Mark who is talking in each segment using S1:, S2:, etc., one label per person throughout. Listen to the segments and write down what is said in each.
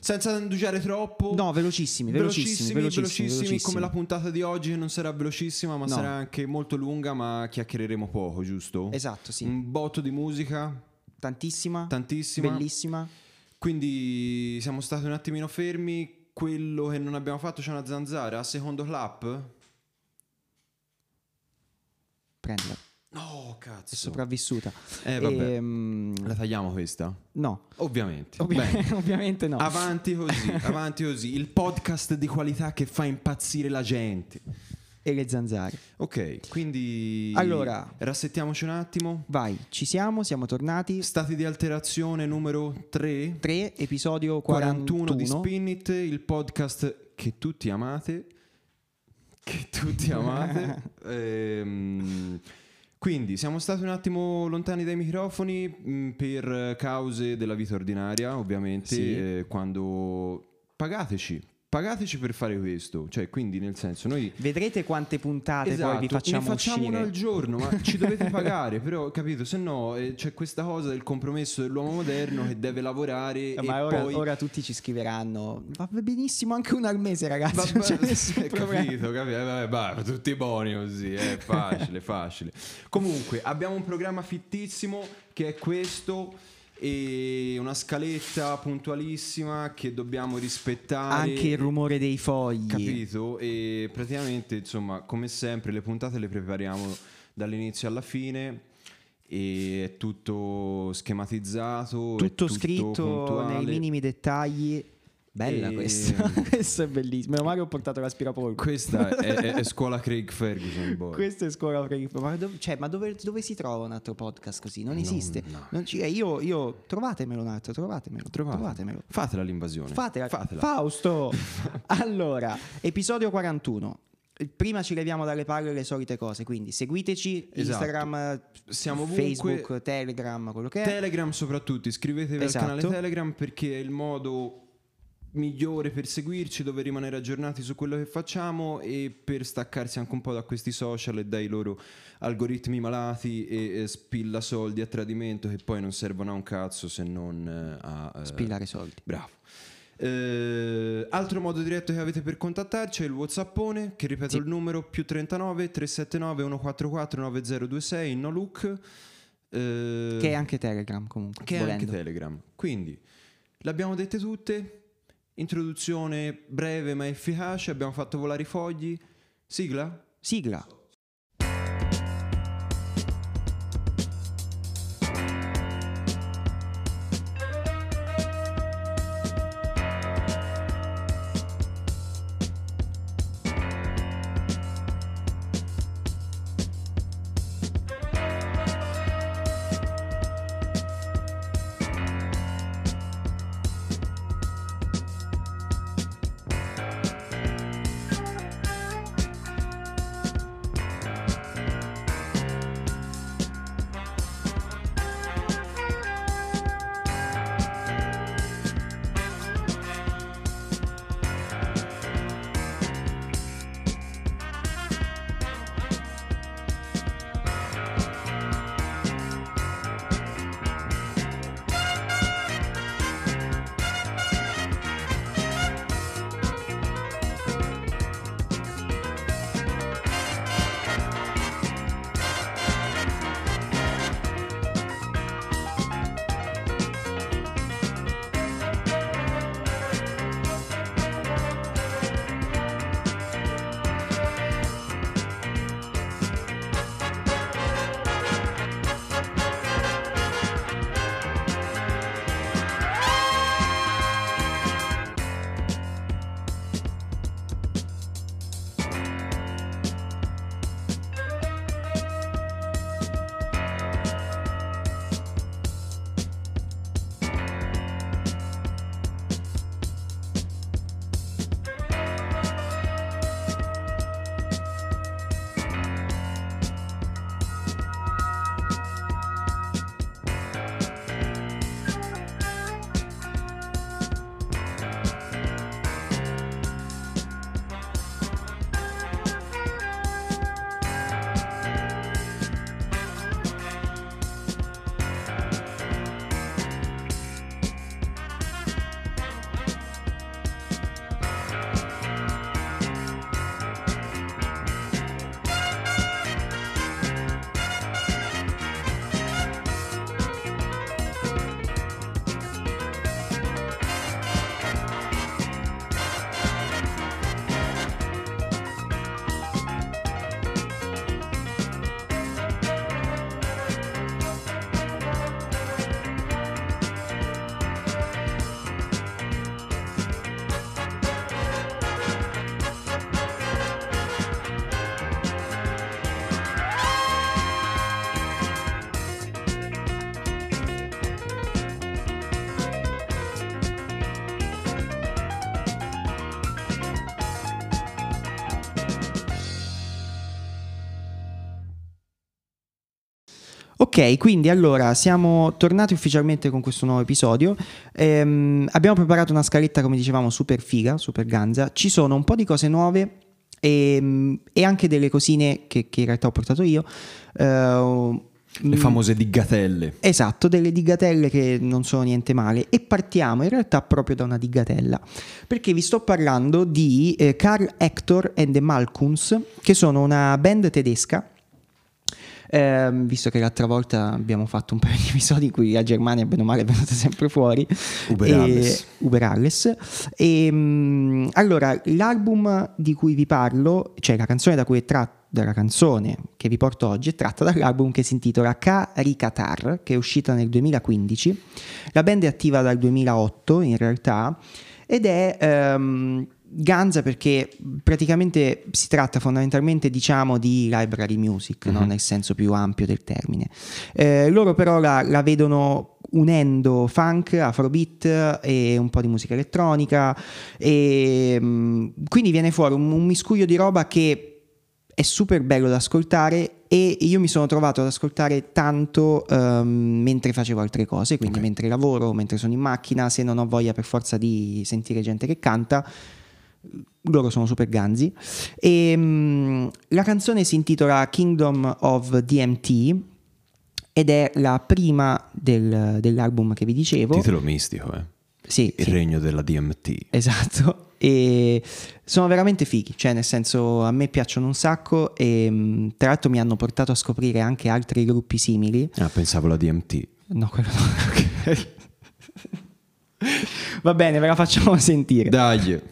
S1: Senza indugiare troppo.
S2: No, velocissimi,
S1: come la puntata di oggi, che non sarà velocissima, ma
S2: No.
S1: sarà anche molto lunga, ma chiacchiereremo poco, giusto?
S2: Esatto, sì.
S1: Un botto di musica,
S2: Tantissima,
S1: tantissima.
S2: bellissima.
S1: Quindi siamo stati un attimino fermi. Quello che non abbiamo fatto, c'è una zanzara. Secondo clap?
S2: Prendila,
S1: No, cazzo.
S2: è sopravvissuta.
S1: Vabbè. La tagliamo questa?
S2: No,
S1: Ovviamente. Bene.
S2: ovviamente no.
S1: Avanti così. Il podcast di qualità che fa impazzire la gente.
S2: E le zanzare.
S1: Ok, quindi
S2: Allora,
S1: rassettiamoci un attimo.
S2: vai, siamo tornati.
S1: Stati di alterazione numero 3,
S2: 3, episodio 41
S1: di Spin It, il podcast che tutti amate. Quindi siamo stati un attimo lontani dai microfoni per cause della vita ordinaria, ovviamente.
S2: Sì.
S1: Quando pagateci per fare questo, cioè, quindi nel senso, noi
S2: Vedrete quante puntate
S1: esatto,
S2: poi vi facciamo
S1: ne facciamo
S2: uscire.
S1: una al giorno, ma ci dovete pagare, però capito, se no c'è questa cosa del compromesso dell'uomo moderno che deve lavorare e
S2: Ma
S1: poi
S2: ora tutti ci scriveranno. Va benissimo anche una al mese, ragazzi.
S1: Vabbè,
S2: non c'è nessun problema.
S1: capito, vabbè, tutti buoni così, è facile. Comunque, abbiamo un programma fittissimo che è questo e una scaletta puntualissima che dobbiamo rispettare.
S2: Anche il rumore dei fogli.
S1: Capito? E praticamente, insomma, come sempre, le puntate le prepariamo dall'inizio alla fine e è tutto schematizzato,
S2: Tutto
S1: è tutto
S2: scritto
S1: puntuale.
S2: nei minimi dettagli. Bella
S1: E-
S2: questa. Questo è bellissimo. Meno male ho portato l'aspirapolvere.
S1: Questa è scuola Craig Ferguson, boy.
S2: Questa è scuola ma dove si trova un altro podcast così? Non esiste.
S1: no.
S2: Non io trovatemelo un altro, trovatemelo.
S1: Fatela l'invasione.
S2: Fatela.
S1: Fatela.
S2: Fausto. Allora, episodio 41. Prima ci leviamo dalle palle le solite cose, quindi seguiteci,
S1: Esatto.
S2: Instagram,
S1: Siamo ovunque.
S2: Facebook, Telegram, quello che è.
S1: Telegram soprattutto, iscrivetevi
S2: Esatto.
S1: al canale Telegram perché è il modo migliore per seguirci, dove rimanere aggiornati su quello che facciamo e per staccarsi anche un po' da questi social e dai loro algoritmi malati e spilla soldi a tradimento che poi non servono a un cazzo se non a
S2: Spillare soldi.
S1: bravo. Altro modo diretto che avete per contattarci è il WhatsAppone, che ripeto,
S2: Sì.
S1: il numero +39 379 144 9026 no look,
S2: Che è anche Telegram comunque.
S1: che è
S2: volendo.
S1: anche Telegram. Quindi l'abbiamo dette tutte. Introduzione breve ma efficace. Abbiamo fatto volare i fogli. Sigla?
S2: Sigla. Ok, quindi allora siamo tornati ufficialmente con questo nuovo episodio. Abbiamo preparato una scaletta, come dicevamo, super figa, super ganza. Ci sono un po' di cose nuove e anche delle cosine che in realtà ho portato io.
S1: Le famose diggatelle.
S2: Esatto, delle diggatelle che non sono niente male. E partiamo in realtà proprio da una diggatella, perché vi sto parlando di Karl Hector and the Malkuns, che sono una band tedesca. Visto che l'altra volta abbiamo fatto un paio di episodi in cui la Germania bene o male è venuta sempre fuori, Uber Alles. Allora, l'album di cui vi parlo, cioè la canzone da cui è tratta, della canzone che vi porto oggi, è tratta dall'album che si intitola Karikatar, che è uscita nel 2015. La band è attiva dal 2008 in realtà, ed è ganza perché praticamente si tratta fondamentalmente, diciamo, di library music, no? Nel senso più ampio del termine. Loro però la vedono unendo funk, afrobeat e un po' di musica elettronica, e quindi viene fuori un miscuglio di roba che è super bello da ascoltare, e io mi sono trovato ad ascoltare tanto mentre facevo altre cose, quindi mentre lavoro, mentre sono in macchina, se non ho voglia per forza di sentire gente che canta. Loro sono super ganzi. E la canzone si intitola Kingdom of DMT ed è la prima dell'album che vi dicevo.
S1: Titolo mistico,
S2: Sì,
S1: il regno della DMT.
S2: Esatto. E sono veramente fighi, cioè nel senso, a me piacciono un sacco, e tra l'altro mi hanno portato a scoprire anche altri gruppi simili.
S1: Pensavo la DMT.
S2: No, quello no. Va bene, ve la facciamo sentire.
S1: Dai.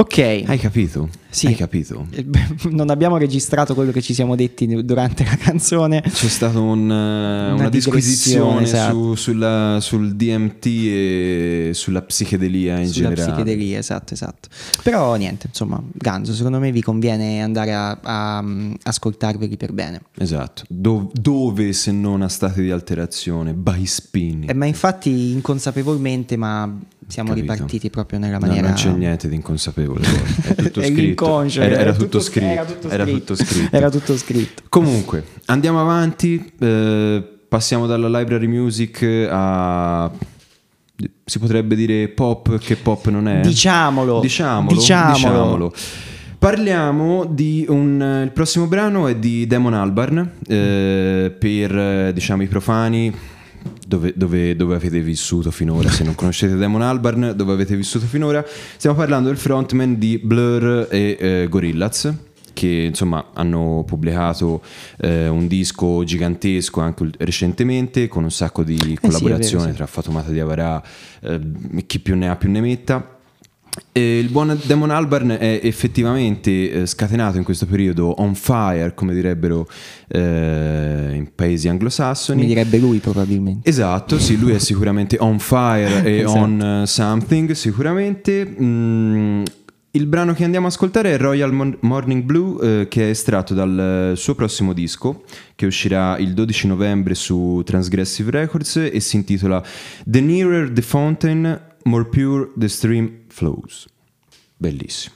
S2: Ok.
S1: Hai capito?
S2: Sì.
S1: Hai capito?
S2: Non abbiamo registrato quello che ci siamo detti durante la canzone.
S1: C'è stata una disquisizione
S2: esatto.
S1: sul DMT e sulla psichedelia in
S2: sulla
S1: generale.
S2: Psichedelia, esatto. Però niente, insomma, Ganzo, secondo me vi conviene andare a ascoltarveli per bene.
S1: Esatto. Dove se non a stati di alterazione, by spinning.
S2: Ma infatti inconsapevolmente, ma siamo
S1: Capito.
S2: ripartiti proprio nella
S1: No,
S2: maniera...
S1: non c'è niente di inconsapevole, è tutto
S2: È
S1: scritto.
S2: l'inconscio,
S1: Era tutto scritto.
S2: Era tutto scritto.
S1: Comunque, andiamo avanti, passiamo dalla library music a... si potrebbe dire pop, che pop non è?
S2: Diciamolo.
S1: Parliamo di il prossimo brano è di Damon Albarn, per diciamo i profani. Dove avete vissuto finora? Se non conoscete Damon Albarn, dove avete vissuto finora? Stiamo parlando del frontman di Blur e Gorillaz, che insomma hanno pubblicato un disco gigantesco anche recentemente, con un sacco di collaborazioni tra Fatoumata Diawara e chi più ne ha più ne metta. Il buon Damon Albarn è effettivamente scatenato in questo periodo on fire, come direbbero in paesi anglosassoni.
S2: Mi direbbe lui probabilmente.
S1: Esatto, sì, lui è sicuramente on fire e
S2: esatto.
S1: on something sicuramente. Il brano che andiamo a ascoltare è Royal Morning Blue, che è estratto dal suo prossimo disco, che uscirà il 12 novembre su Transgressive Records e si intitola The Nearer the Fountain, More Pure the Stream Flows. Bellissimo.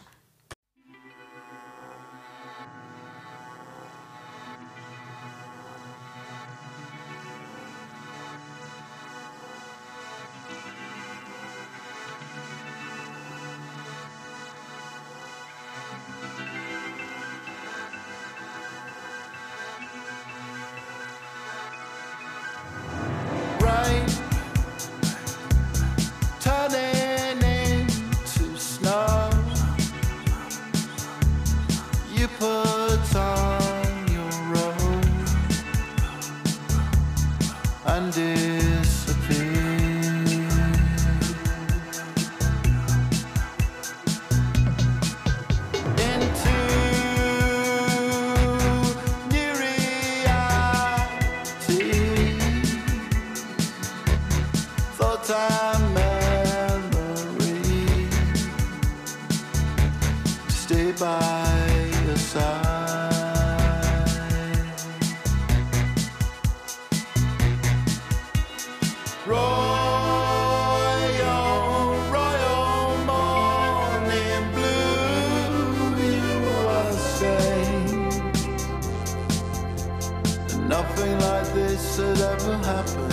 S3: Nothing like this had ever happened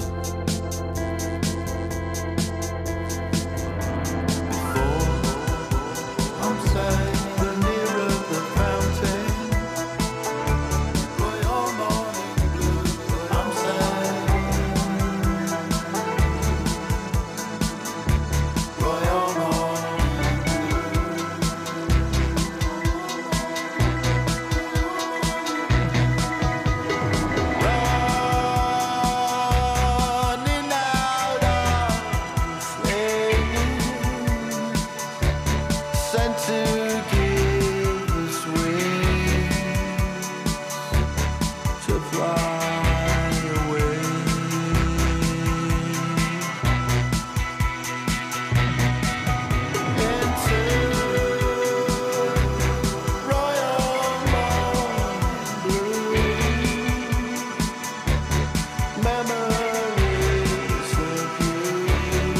S3: before. I'm saying the nearer the fountain, Royal Morning Blue. I'm saying Royal Morning running out of flame, sent to give us wings to fly away. Into Royal Morning Blue, memories of you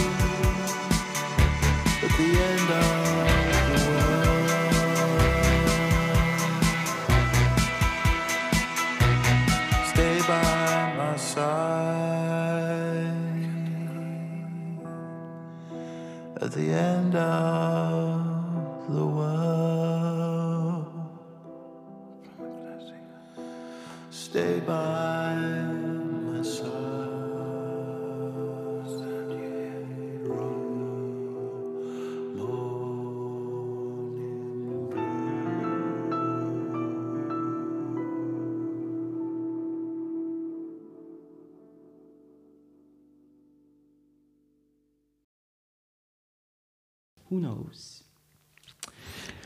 S3: at the end of the world. Stay by my side at the end of the world. Stay by my side.
S2: Who knows?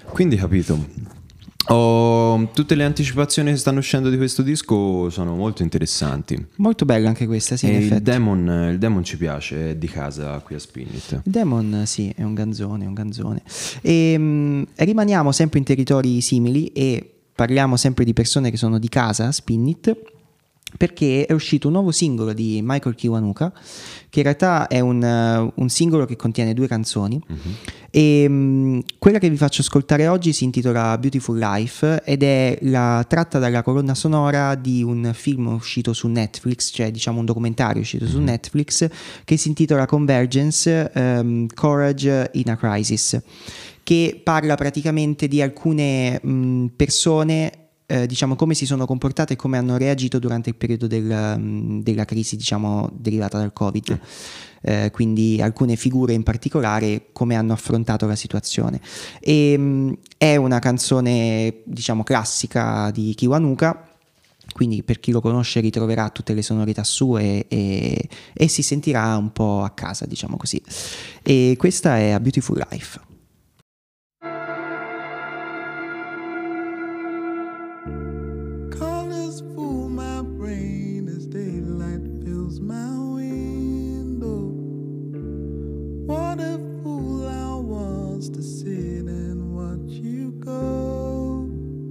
S1: Quindi capito. Tutte le anticipazioni che stanno uscendo di questo disco sono molto interessanti.
S2: Molto bella anche questa, sì, in
S1: E il
S2: effetti.
S1: Demon ci piace, è di casa qui a Spinit.
S2: Il Demon, sì, è un ganzone, è un ganzone. E rimaniamo sempre in territori simili e parliamo sempre di persone che sono di casa a Spinit, perché è uscito un nuovo singolo di Michael Kiwanuka, che in realtà è un singolo che contiene 2 canzoni. E quella che vi faccio ascoltare oggi si intitola Beautiful Life ed è tratta dalla colonna sonora di un film uscito su Netflix, cioè diciamo un documentario uscito su Netflix, che si intitola Convergence, Courage in a Crisis, che parla praticamente di alcune persone, diciamo, come si sono comportate e come hanno reagito durante il periodo della crisi, diciamo, derivata dal Covid. Quindi alcune figure in particolare come hanno affrontato la situazione. È una canzone, diciamo, classica di Kiwanuka, quindi per chi lo conosce ritroverà tutte le sonorità sue e si sentirà un po' a casa, diciamo così. E questa è A Beautiful Life.
S3: Colors fool my brain as daylight fills my window. What a fool I was to sit and watch you go,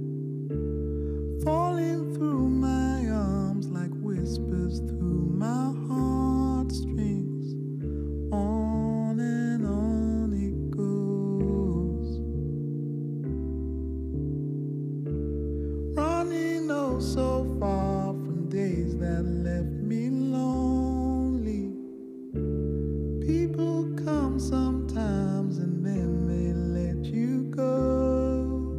S3: falling through my arms like whispers through my heartstrings. On and on it goes, running oh so far from days that left me lonely. People come sometimes and then they let you go.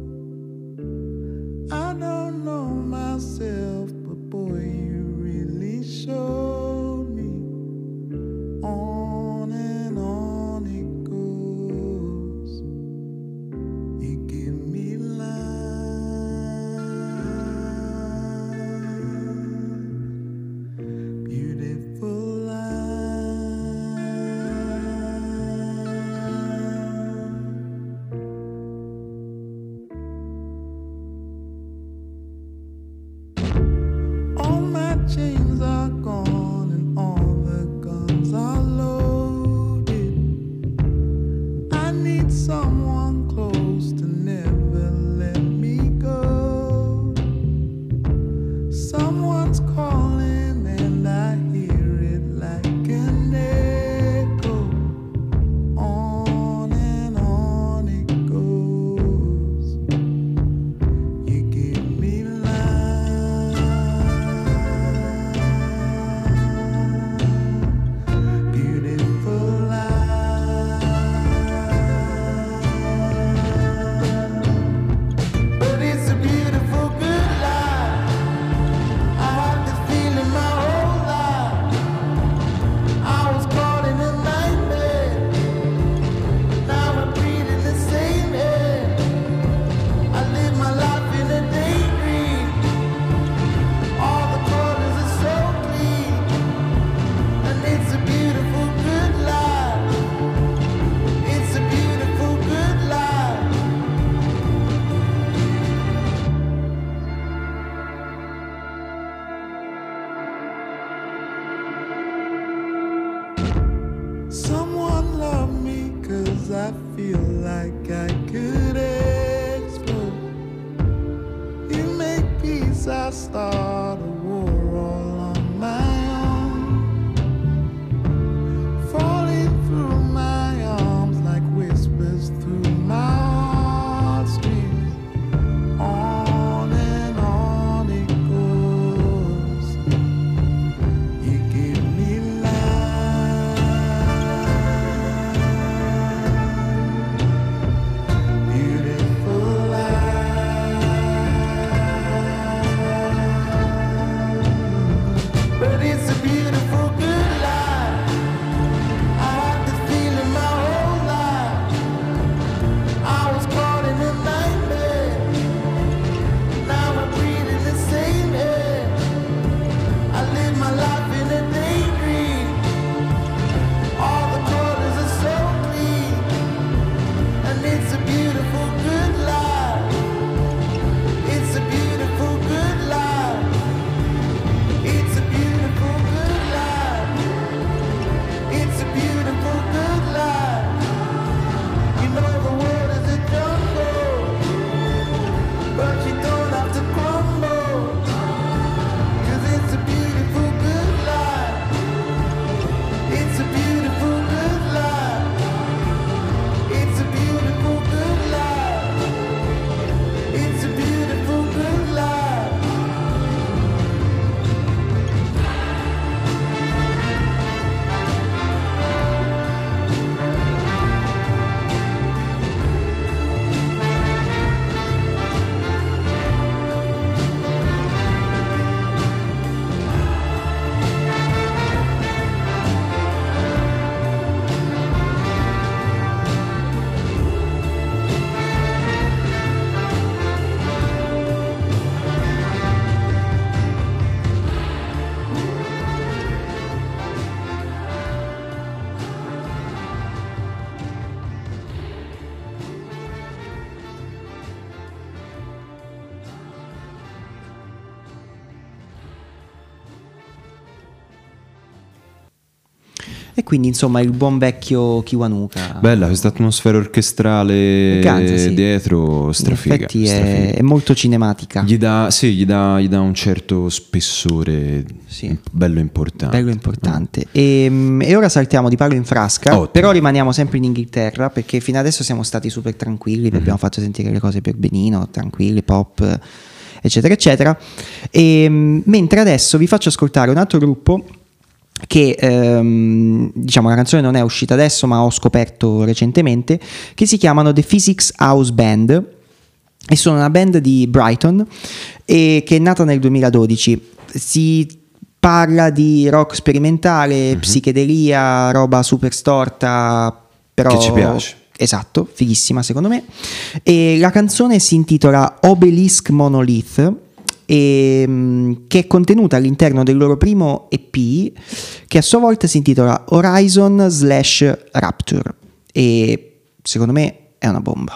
S3: I don't know myself, but boy, you really showed me. On and on it goes. You give me life, beautiful all my chains are gone and all the guns are loaded. I need someone close to never let me go. Someone's calling and I hear it like an echo. On and on it goes. You give me life, beautiful life. But it's a beautiful good life. I had this feeling my whole life. I was caught in a nightmare. Now I'm breathing the same air. I live my life in a daydream. All the colors are so clean, and it's a beautiful good life. It's a beautiful good life. Someone love me, 'cause I feel like I could explode. You make peace, I start a war all on my own. Falling through my arms like whispers through my heartstrings. On and on it goes. You give me life, beautiful life.
S2: E quindi insomma il buon vecchio Kiwanuka.
S1: Bella questa atmosfera orchestrale
S2: Ganza, sì.
S1: dietro,
S2: In
S1: strafiga.
S2: effetti
S1: strafiga.
S2: è molto cinematica.
S1: Gli dà un certo spessore,
S2: Sì.
S1: bello importante.
S2: Bello importante. E ora saltiamo di palo in frasca.
S1: Ottimo.
S2: Però rimaniamo sempre in Inghilterra, perché fino adesso siamo stati super tranquilli, vi abbiamo fatto sentire le cose per benino, tranquilli, pop, eccetera eccetera. Mentre adesso vi faccio ascoltare un altro gruppo che diciamo la canzone non è uscita adesso, ma ho scoperto recentemente, che si chiamano The Physics House Band, e sono una band di Brighton e che è nata nel 2012. Si parla di rock sperimentale, psichedelia, roba super storta, però
S1: Che ci piace.
S2: esatto, fighissima secondo me. E la canzone si intitola Obelisk Monolith, che è contenuta all'interno del loro primo EP, che a sua volta si intitola Horizon/Rapture, e secondo me è una bomba.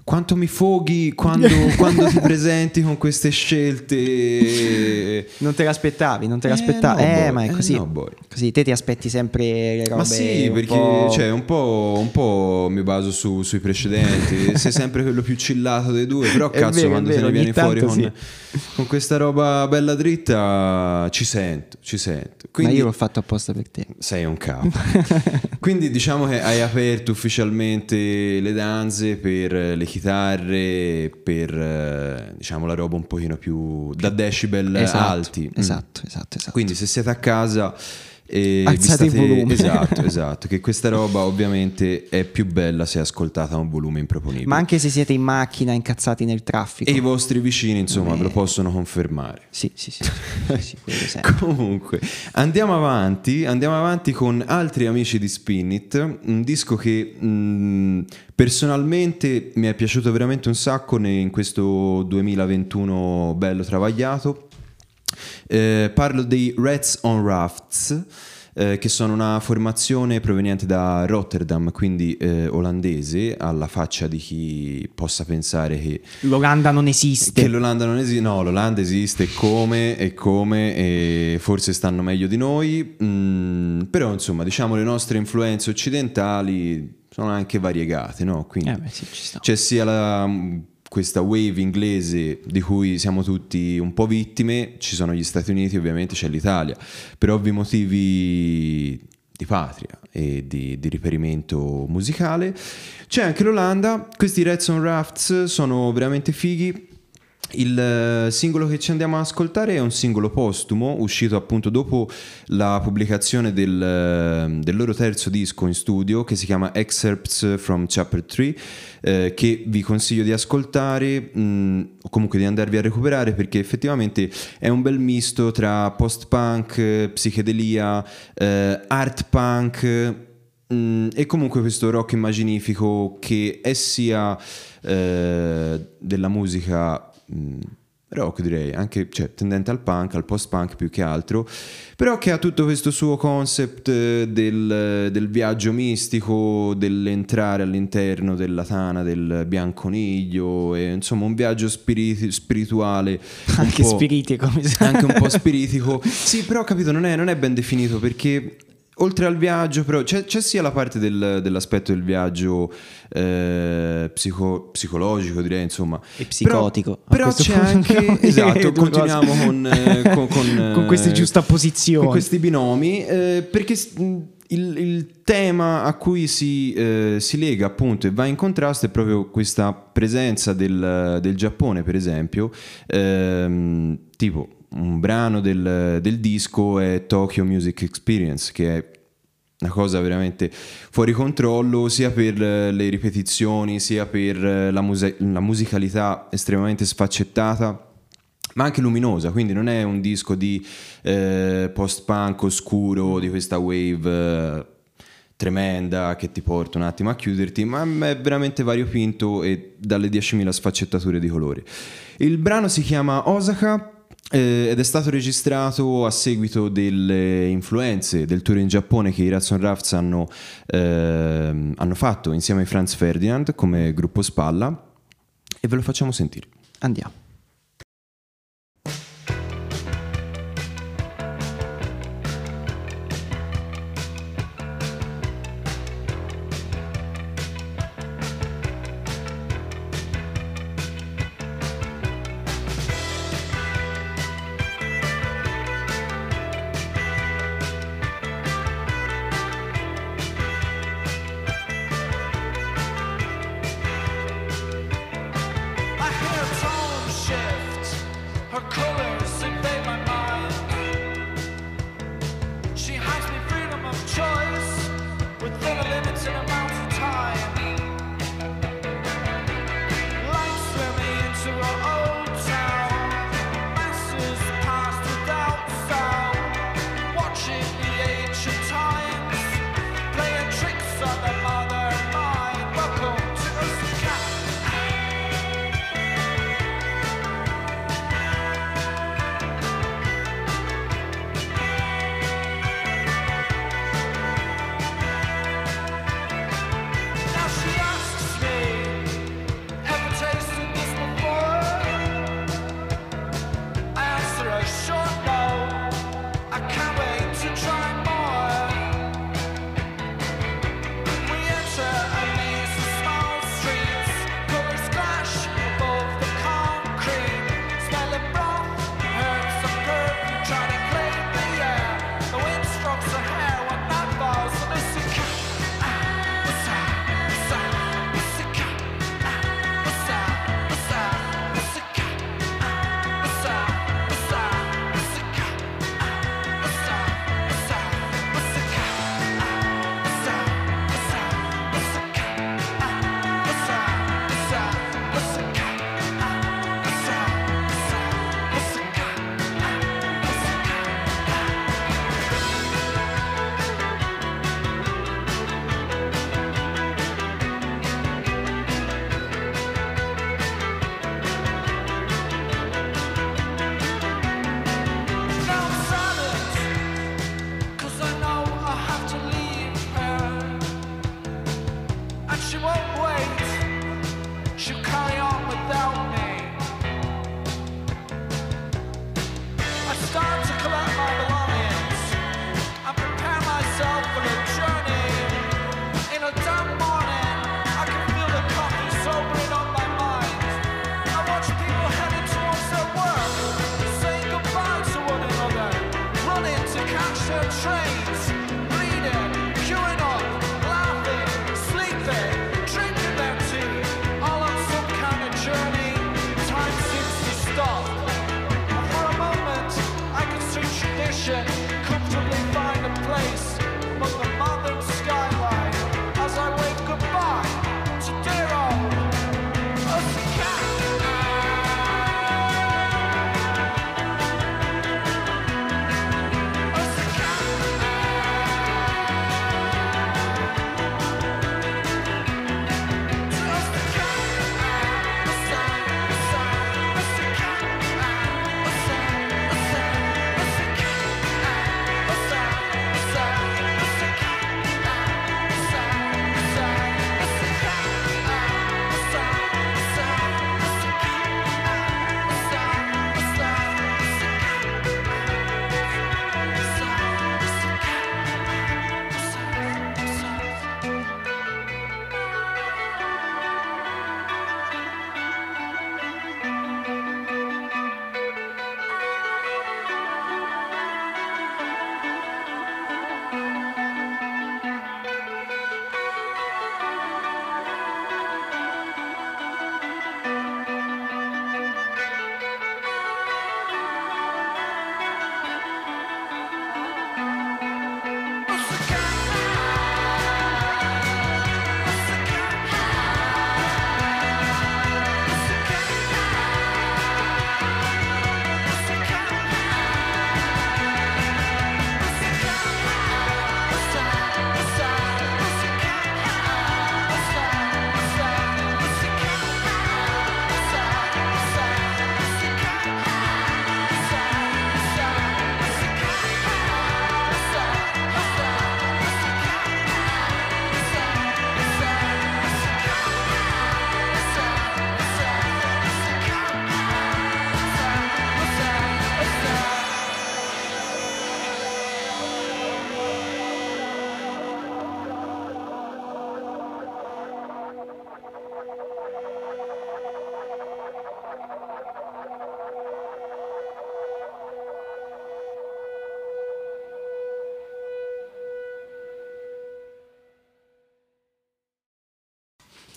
S1: quanto mi foghi quando ti presenti con queste scelte.
S2: Non te l'aspettavi,
S1: No,
S2: ma è così.
S1: no, boy.
S2: Così te ti aspetti sempre le robe.
S1: Ma sì, perché un po' mi baso sui precedenti. Sei sempre quello più chillato dei due. Però
S2: È
S1: cazzo,
S2: vero,
S1: quando
S2: è
S1: te
S2: vero,
S1: ne
S2: ogni
S1: vieni fuori
S2: tanto
S1: con questa roba bella dritta, ci sento. Quindi
S2: Ma io l'ho fatto apposta per te.
S1: sei un capo. Quindi diciamo che hai aperto ufficialmente le danze per le chitarre, per diciamo la roba un pochino più da decibel alti.
S2: Esatto.
S1: Quindi se siete a casa e
S2: Alzate il volume.
S1: Esatto, che questa roba ovviamente è più bella se ascoltata a un volume improponibile.
S2: Ma anche se siete in macchina incazzati nel traffico.
S1: E i vostri vicini insomma ve lo possono confermare.
S2: Sì, quello sempre.
S1: Comunque andiamo avanti con altri amici di Spin It, un disco che personalmente mi è piaciuto veramente un sacco in questo 2021 bello travagliato. Parlo dei Rats on Rafts, che sono una formazione proveniente da Rotterdam, quindi olandese, alla faccia di chi possa pensare che
S2: L'Olanda non esiste.
S1: che l'Olanda non esiste. No, l'Olanda esiste e forse stanno meglio di noi, però insomma diciamo le nostre influenze occidentali sono anche variegate, no? Quindi
S2: Sì, ci sta.
S1: c'è sia questa wave inglese di cui siamo tutti un po' vittime, ci sono gli Stati Uniti, ovviamente c'è l'Italia, per ovvi motivi di patria e di riferimento musicale. C'è anche l'Olanda. Questi Rats on Rafts sono veramente fighi. Il singolo che ci andiamo ad ascoltare è un singolo postumo uscito appunto dopo la pubblicazione del loro terzo disco in studio, che si chiama Excerpts from Chapter 3, che vi consiglio di ascoltare o comunque di andarvi a recuperare, perché effettivamente è un bel misto tra post-punk, psichedelia, art punk e comunque questo rock immaginifico che è sia della musica rock, direi anche, cioè, tendente al punk, al post-punk più che altro, però che ha tutto questo suo concept del viaggio mistico, dell'entrare all'interno della tana del bianconiglio, e insomma un viaggio spirituale
S2: Anche spiritico, mi sa.
S1: anche un po' spiritico. Sì, però capito, non è ben definito, perché oltre al viaggio però c'è sia la parte dell'aspetto del viaggio psicologico, direi, insomma,
S2: E psicotico.
S1: però c'è anche esatto, continuiamo
S2: con queste giustapposizioni,
S1: con questi binomi, perché il tema a cui si lega appunto e va in contrasto è proprio questa presenza del Giappone, per esempio. Tipo un brano del disco è Tokyo Music Experience, che è una cosa veramente fuori controllo, sia per le ripetizioni, sia per la musicalità estremamente sfaccettata, ma anche luminosa. Quindi non è un disco di post-punk oscuro, di questa wave tremenda che ti porta un attimo a chiuderti, ma è veramente variopinto e dalle 10.000 sfaccettature di colori. Il brano si chiama Osaka ed è stato registrato a seguito delle influenze del tour in Giappone che i Rats on Rafts hanno fatto insieme ai Franz Ferdinand come gruppo spalla, e ve lo facciamo sentire.
S2: Andiamo.
S3: I hear a tone shift, her colors invade my mind. She hands me freedom of choice within a limited amount of time. Lights throw me into her old town. Masses passed without sound, watching the ancient times, playing tricks on the modern mind. Welcome to Osaka.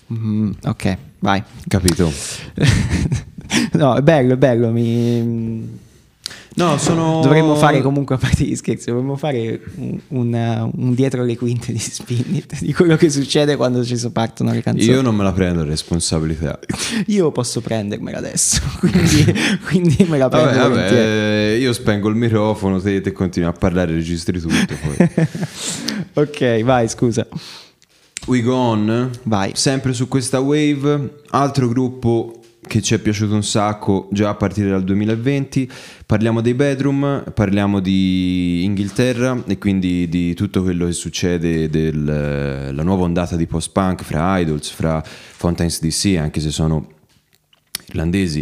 S2: Ok, vai.
S1: Capito?
S2: No, è bello,
S1: No,
S2: dovremmo fare comunque, a parte gli scherzi, dovremmo fare un dietro le quinte di Spinit, di quello che succede quando ci partono le canzoni.
S1: Io non me la prendo la responsabilità.
S2: Io posso prendermela adesso, quindi me la prendo volentieri.
S1: Io spengo il microfono, te continui a parlare, registri tutto. Poi.
S2: Ok, vai, scusa.
S1: We Go On,
S2: Vai.
S1: sempre su questa wave, altro gruppo che ci è piaciuto un sacco già a partire dal 2020. Parliamo dei Bedroom, parliamo di Inghilterra e quindi di tutto quello che succede della nuova ondata di post-punk fra Idols, fra Fountains DC, anche se sono irlandesi.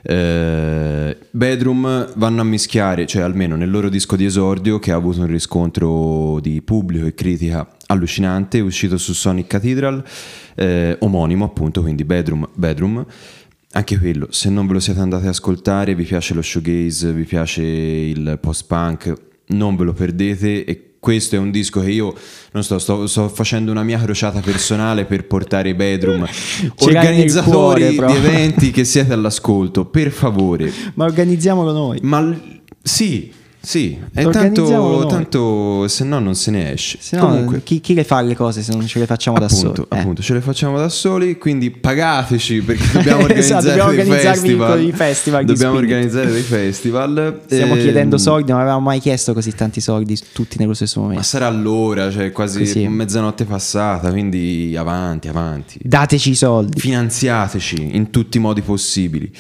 S1: Bedroom vanno a mischiare, cioè almeno nel loro disco di esordio, che ha avuto un riscontro di pubblico e critica allucinante, uscito su Sonic Cathedral, omonimo appunto, quindi Bedroom. Anche quello, se non ve lo siete andati ad ascoltare, vi piace lo shoegaze, vi piace il post-punk, non ve lo perdete. E questo è un disco che io non sto facendo una mia crociata personale per portare i Bedroom, organizzatori di eventi che siete all'ascolto, per favore.
S2: Ma organizziamolo noi.
S1: Ma sì, e tanto se no non se ne esce.
S2: Se no,
S1: comunque,
S2: chi le fa le cose se non ce le facciamo da soli?
S1: Appunto, ce le facciamo da soli, quindi pagateci perché dobbiamo organizzare
S2: esatto,
S1: dei festival. Dobbiamo organizzare dei festival.
S2: Stiamo chiedendo soldi, non avevamo mai chiesto così tanti soldi tutti nello stesso momento.
S1: Ma sarà l'ora, cioè quasi mezzanotte passata, quindi avanti.
S2: Dateci i soldi.
S1: Finanziateci in tutti i modi possibili.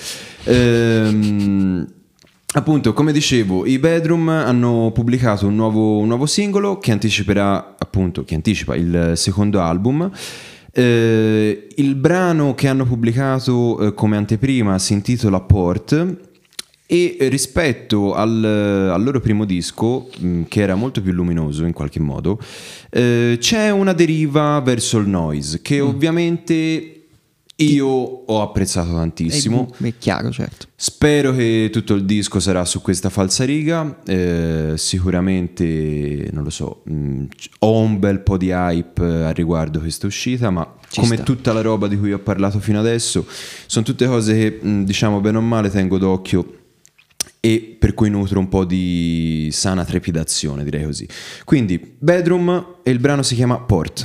S1: Appunto, come dicevo, i Bedroom hanno pubblicato un nuovo singolo che anticipa il secondo album. Il brano che hanno pubblicato come anteprima si intitola Port, e rispetto al loro primo disco, che era molto più luminoso in qualche modo, c'è una deriva verso il noise che ovviamente io ho apprezzato tantissimo.
S2: È chiaro, certo.
S1: Spero che tutto il disco sarà su questa falsariga. Sicuramente, non lo so, ho un bel po' di hype a riguardo questa uscita, ma tutta la roba di cui ho parlato fino adesso sono tutte cose che, diciamo, bene o male tengo d'occhio e per cui nutro un po' di sana trepidazione, direi così. Quindi Bedroom, e il brano si chiama Port.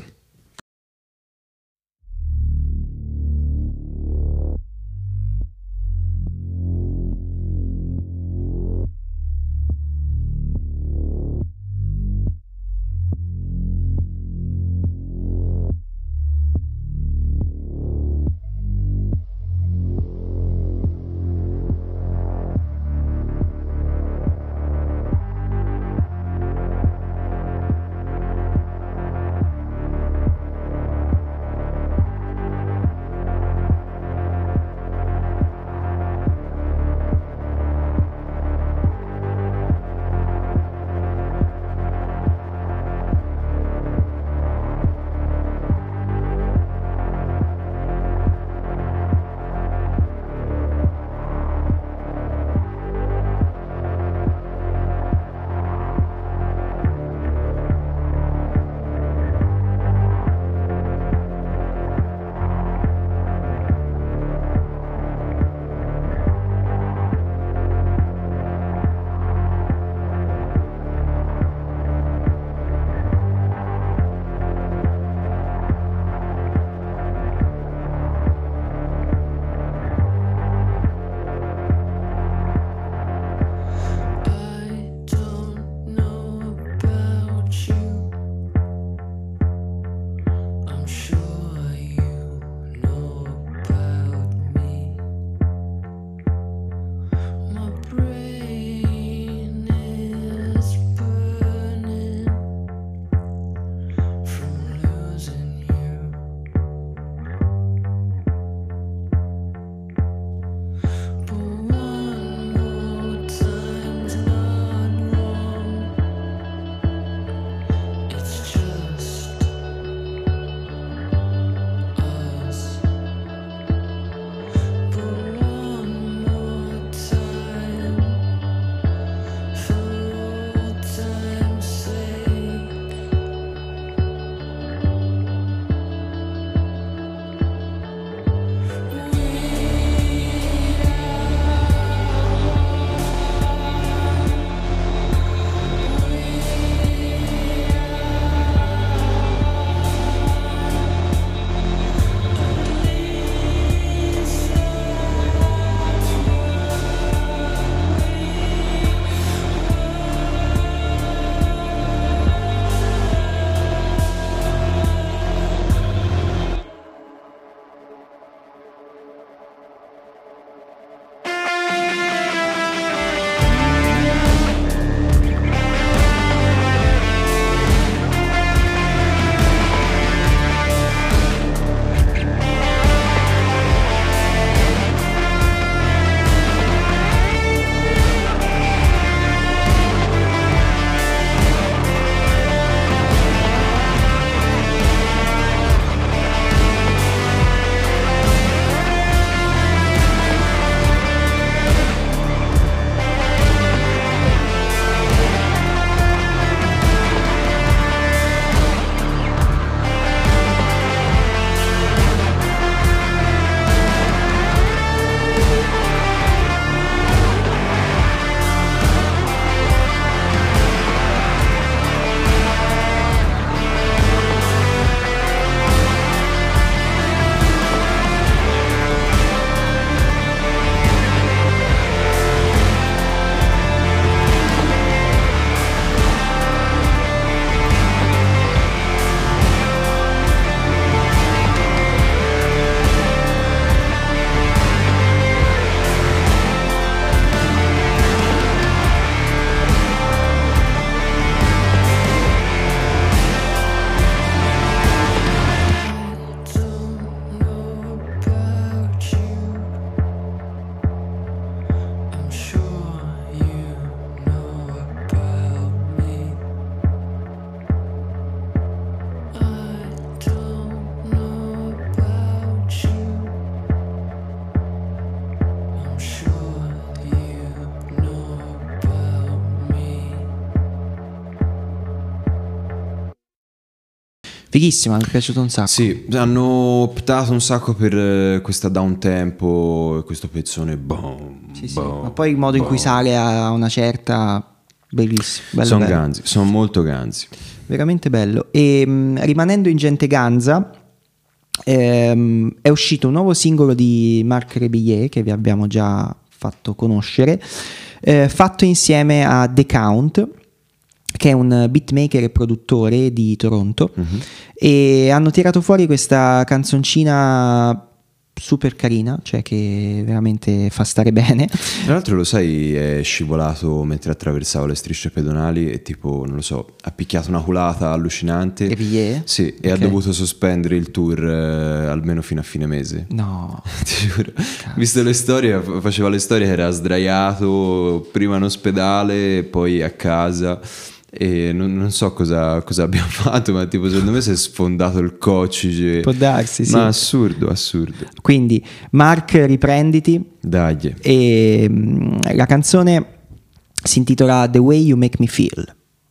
S2: Fighissima, mi è piaciuto un sacco.
S1: Sì, hanno optato un sacco per questa down tempo, questo pezzone boom,
S2: Sì, sì.
S1: boom,
S2: Ma poi il modo in cui
S1: boom.
S2: sale a una certa, bellissimo, bello,
S1: Sono
S2: bello.
S1: ganzi, sono molto ganzi.
S2: Veramente bello. E rimanendo in gente ganza, è uscito un nuovo singolo di Marc Rebillet che vi abbiamo già fatto conoscere, fatto insieme a The Count, che è un beatmaker e produttore di Toronto, e hanno tirato fuori questa canzoncina super carina, cioè che veramente fa stare bene.
S1: Tra l'altro lo sai, è scivolato mentre attraversava le strisce pedonali e tipo, non lo so, ha picchiato una culata allucinante.
S2: Rebillet?
S1: Sì, e ha
S2: Ok.
S1: dovuto sospendere il tour almeno fino a fine mese.
S2: No,
S1: Ti giuro. Visto le storie, faceva le storie che era sdraiato prima in ospedale, poi a casa. E non so cosa abbiamo fatto, ma tipo secondo me si è sfondato il coccige.
S2: può darsi, sì.
S1: Ma assurdo, assurdo.
S2: Quindi Mark, riprenditi.
S1: Dai.
S2: E la canzone si intitola The Way You Make Me Feel.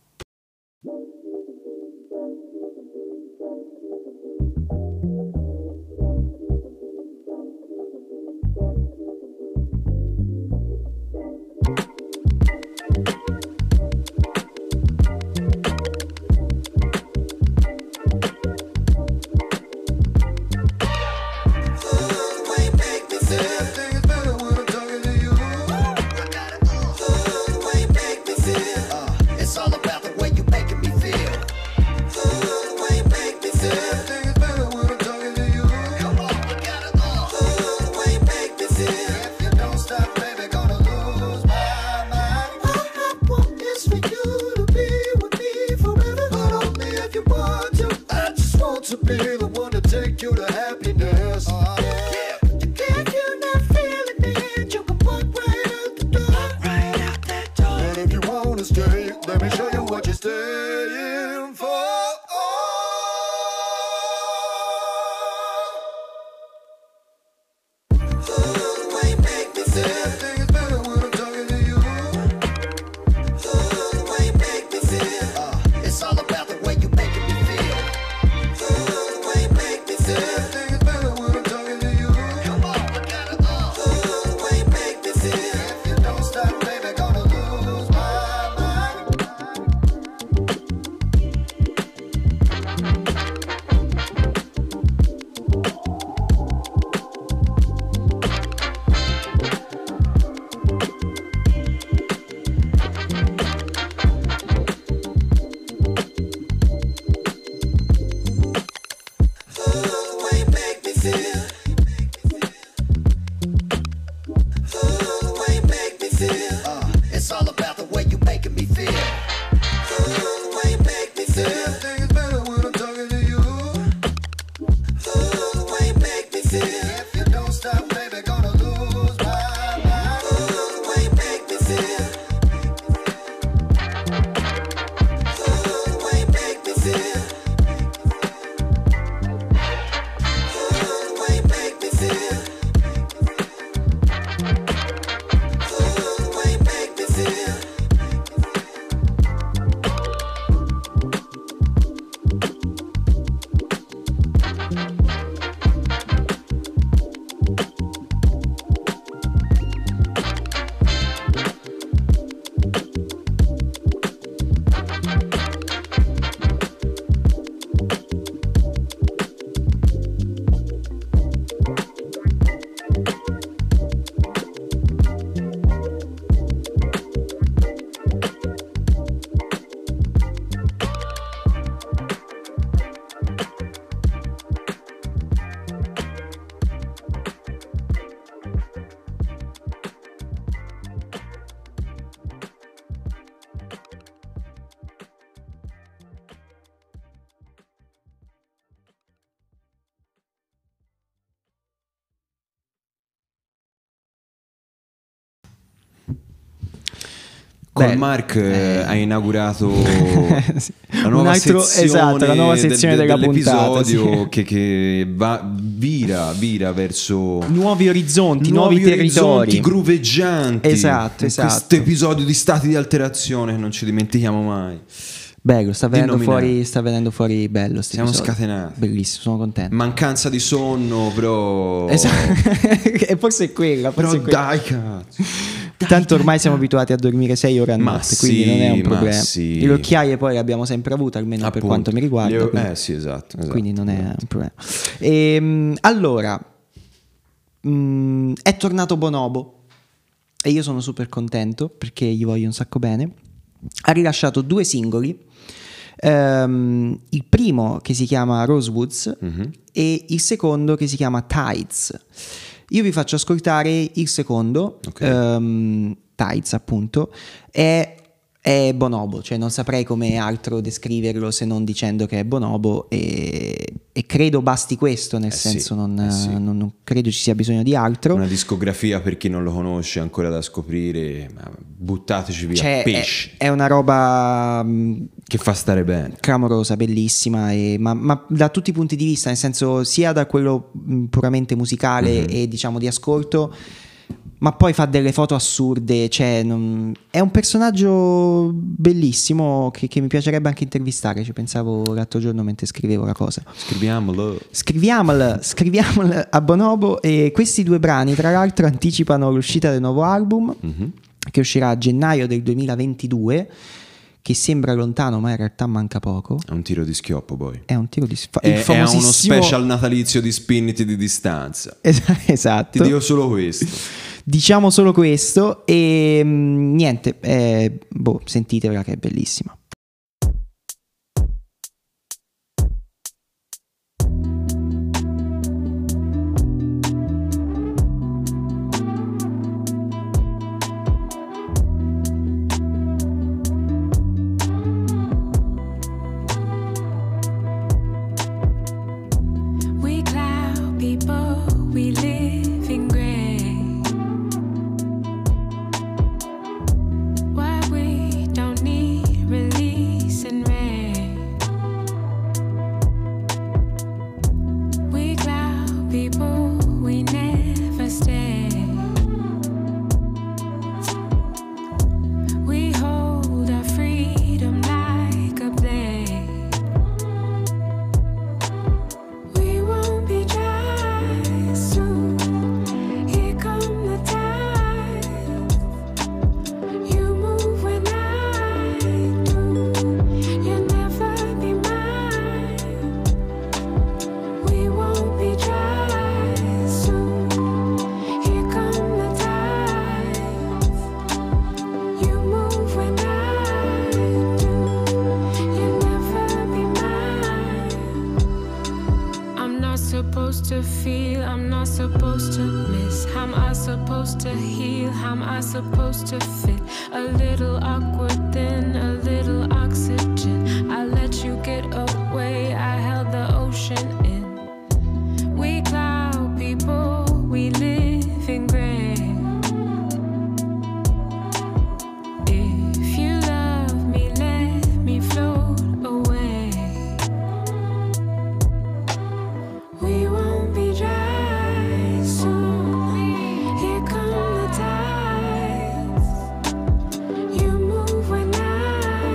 S3: It's all about the way you making me feel. The way you make me feel. Everything is better when I'm talking to you. Come on, we got it all. The way you make me feel. If you don't stop, baby, gonna lose my mind. All I want is for you to be with me forever, but only if you want to. I just want to be the one to take you to happiness. Yeah. If you're not feeling it, you can walk right out the door. Right out that door. And if you wanna stay, let me show you what you're staying for. The way you make me feel. Everything is better when I'm talking to you. The way you make me feel. It's all about the way you making me feel. The way you make me feel. Everything is better when I'm talking to you. Come on, we got it all. The way you make me feel. If you don't stop, baby, gonna lose my mind. The way you make me feel. The way you make me feel. It's all about the way you making me feel. The way you make me feel. Everything is better when I'm talking to you. The way you make me feel. If you don't stop, baby, gonna lose my mind. The way you make me feel. The way you make me feel. The way you make me feel. The way you make me feel.
S1: Con
S2: Bello.
S1: Mark ha inaugurato
S2: Sì.
S1: la nuova
S2: Un altro-
S1: sezione,
S2: esatto, la nuova sezione della puntata,
S1: dell'episodio che vira verso
S2: Nuovi orizzonti, nuovi
S1: orizzonti
S2: territori.
S1: grooveggianti.
S2: Esatto, esatto.
S1: Questo episodio di stati di alterazione che non ci dimentichiamo mai.
S2: Bello, sta venendo
S1: Denominare.
S2: fuori bello. sto
S1: Siamo
S2: episodio.
S1: scatenati.
S2: Bellissimo, sono contento.
S1: Mancanza di sonno, però.
S2: E forse è quella.
S1: Però
S2: Forse è quella.
S1: dai, cazzo.
S2: Tanto ormai siamo abituati a dormire 6 ore a
S1: Ma
S2: notte, quindi non è un
S1: ma
S2: problema.
S1: sì.
S2: E le occhiaie poi le abbiamo sempre avute, almeno per
S1: Appunto.
S2: quanto mi riguarda. Quindi,
S1: Sì, esatto.
S2: quindi non è un problema. Allora, è tornato Bonobo e io sono super contento perché gli voglio un sacco bene. Ha rilasciato 2 singoli. Il primo che si chiama Rosewoods e il secondo che si chiama Tides. Io vi faccio ascoltare il secondo, Tides appunto, è Bonobo, cioè non saprei come altro descriverlo se non dicendo che è Bonobo e credo basti questo, nel senso non credo ci sia bisogno di altro.
S1: Una discografia per chi non lo conosce ancora da scoprire, ma buttateci via,
S2: Cioè,
S1: pesce,
S2: è una roba
S1: che fa stare bene.
S2: clamorosa, bellissima, ma da tutti i punti di vista, nel senso sia da quello puramente musicale e diciamo di ascolto, ma poi fa delle foto assurde, cioè è un personaggio bellissimo che mi piacerebbe anche intervistare, ci pensavo l'altro giorno mentre scrivevo la cosa. Scriviamola a Bonobo, e questi 2 brani tra l'altro anticipano l'uscita del nuovo album che uscirà a gennaio del 2022, che sembra lontano ma in realtà manca poco.
S1: È un tiro di schioppo poi.
S2: È un tiro di
S1: È uno special natalizio di Spinniti di distanza.
S2: Esatto.
S1: Ti dico solo questo.
S2: Diciamo solo questo e niente, sentitevela che è bellissima.
S4: We cloud people, we live in gray. Why we don't need release and rain. We cloud people, we never stay. We hold our freedom like a blade. We won't be dry soon. Here come the tides. You move when I do. You'll never be mine. We won't be dry soon. Here come the tides. You move when I do. You'll never be mine. I'm not supposed to feel, I'm not supposed to miss. How am I supposed to heal? How am I supposed to fit? A little awkward, then a little oxygen. I let you get away, I held the ocean in. We cloud people, we live in gray. If you love me, let me float away. We won't be dry soon. Here come the tides. You move when I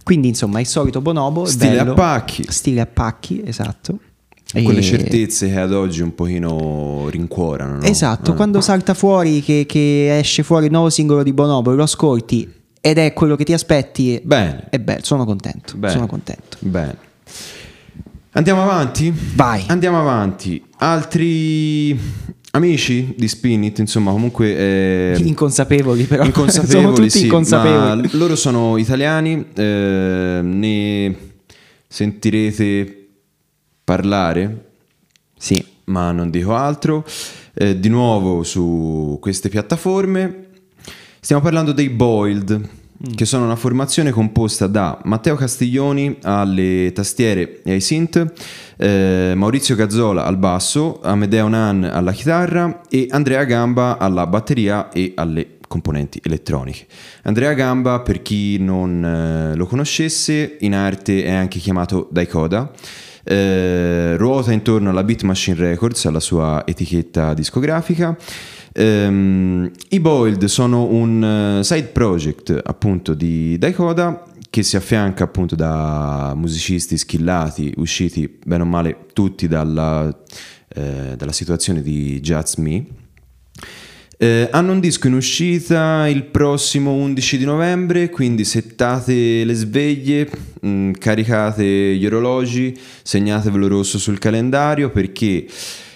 S2: Quindi insomma il solito bonobo, è
S1: Stile
S2: bello.
S1: a pacchi.
S2: Stile a pacchi, esatto.
S1: Quelle
S2: E-
S1: certezze che ad oggi un pochino rincuorano, no?
S2: Esatto, quando salta fuori che esce fuori il nuovo singolo di Bonobo, lo ascolti ed è quello che ti aspetti,
S1: Bene.
S2: è bello, sono contento,
S1: Bene.
S2: sono contento.
S1: Bene. Andiamo avanti?
S2: Vai.
S1: Andiamo avanti. Altri amici di Spinit, insomma, comunque
S2: Inconsapevoli però.
S1: inconsapevoli,
S2: sono tutti
S1: sì,
S2: inconsapevoli.
S1: ma loro sono italiani, ne sentirete parlare,
S2: Sì.
S1: ma non dico altro. Di nuovo su queste piattaforme stiamo parlando dei Boiled, che sono una formazione composta da Matteo Castiglioni alle tastiere e ai synth, Maurizio Gazzola al basso, Amedeo Nan alla chitarra e Andrea Gamba alla batteria e alle componenti elettroniche. Andrea Gamba, per chi non lo conoscesse, in arte è anche chiamato Daikoda. Ruota intorno alla Beat Machine Records, alla sua etichetta discografica. I Boiled sono un side project appunto di Daikoda, che si affianca appunto da musicisti skillati usciti bene o male tutti dalla situazione di Jazz Me. Hanno un disco in uscita il prossimo 11 di novembre, quindi settate le sveglie, caricate gli orologi, segnatevelo rosso sul calendario, perché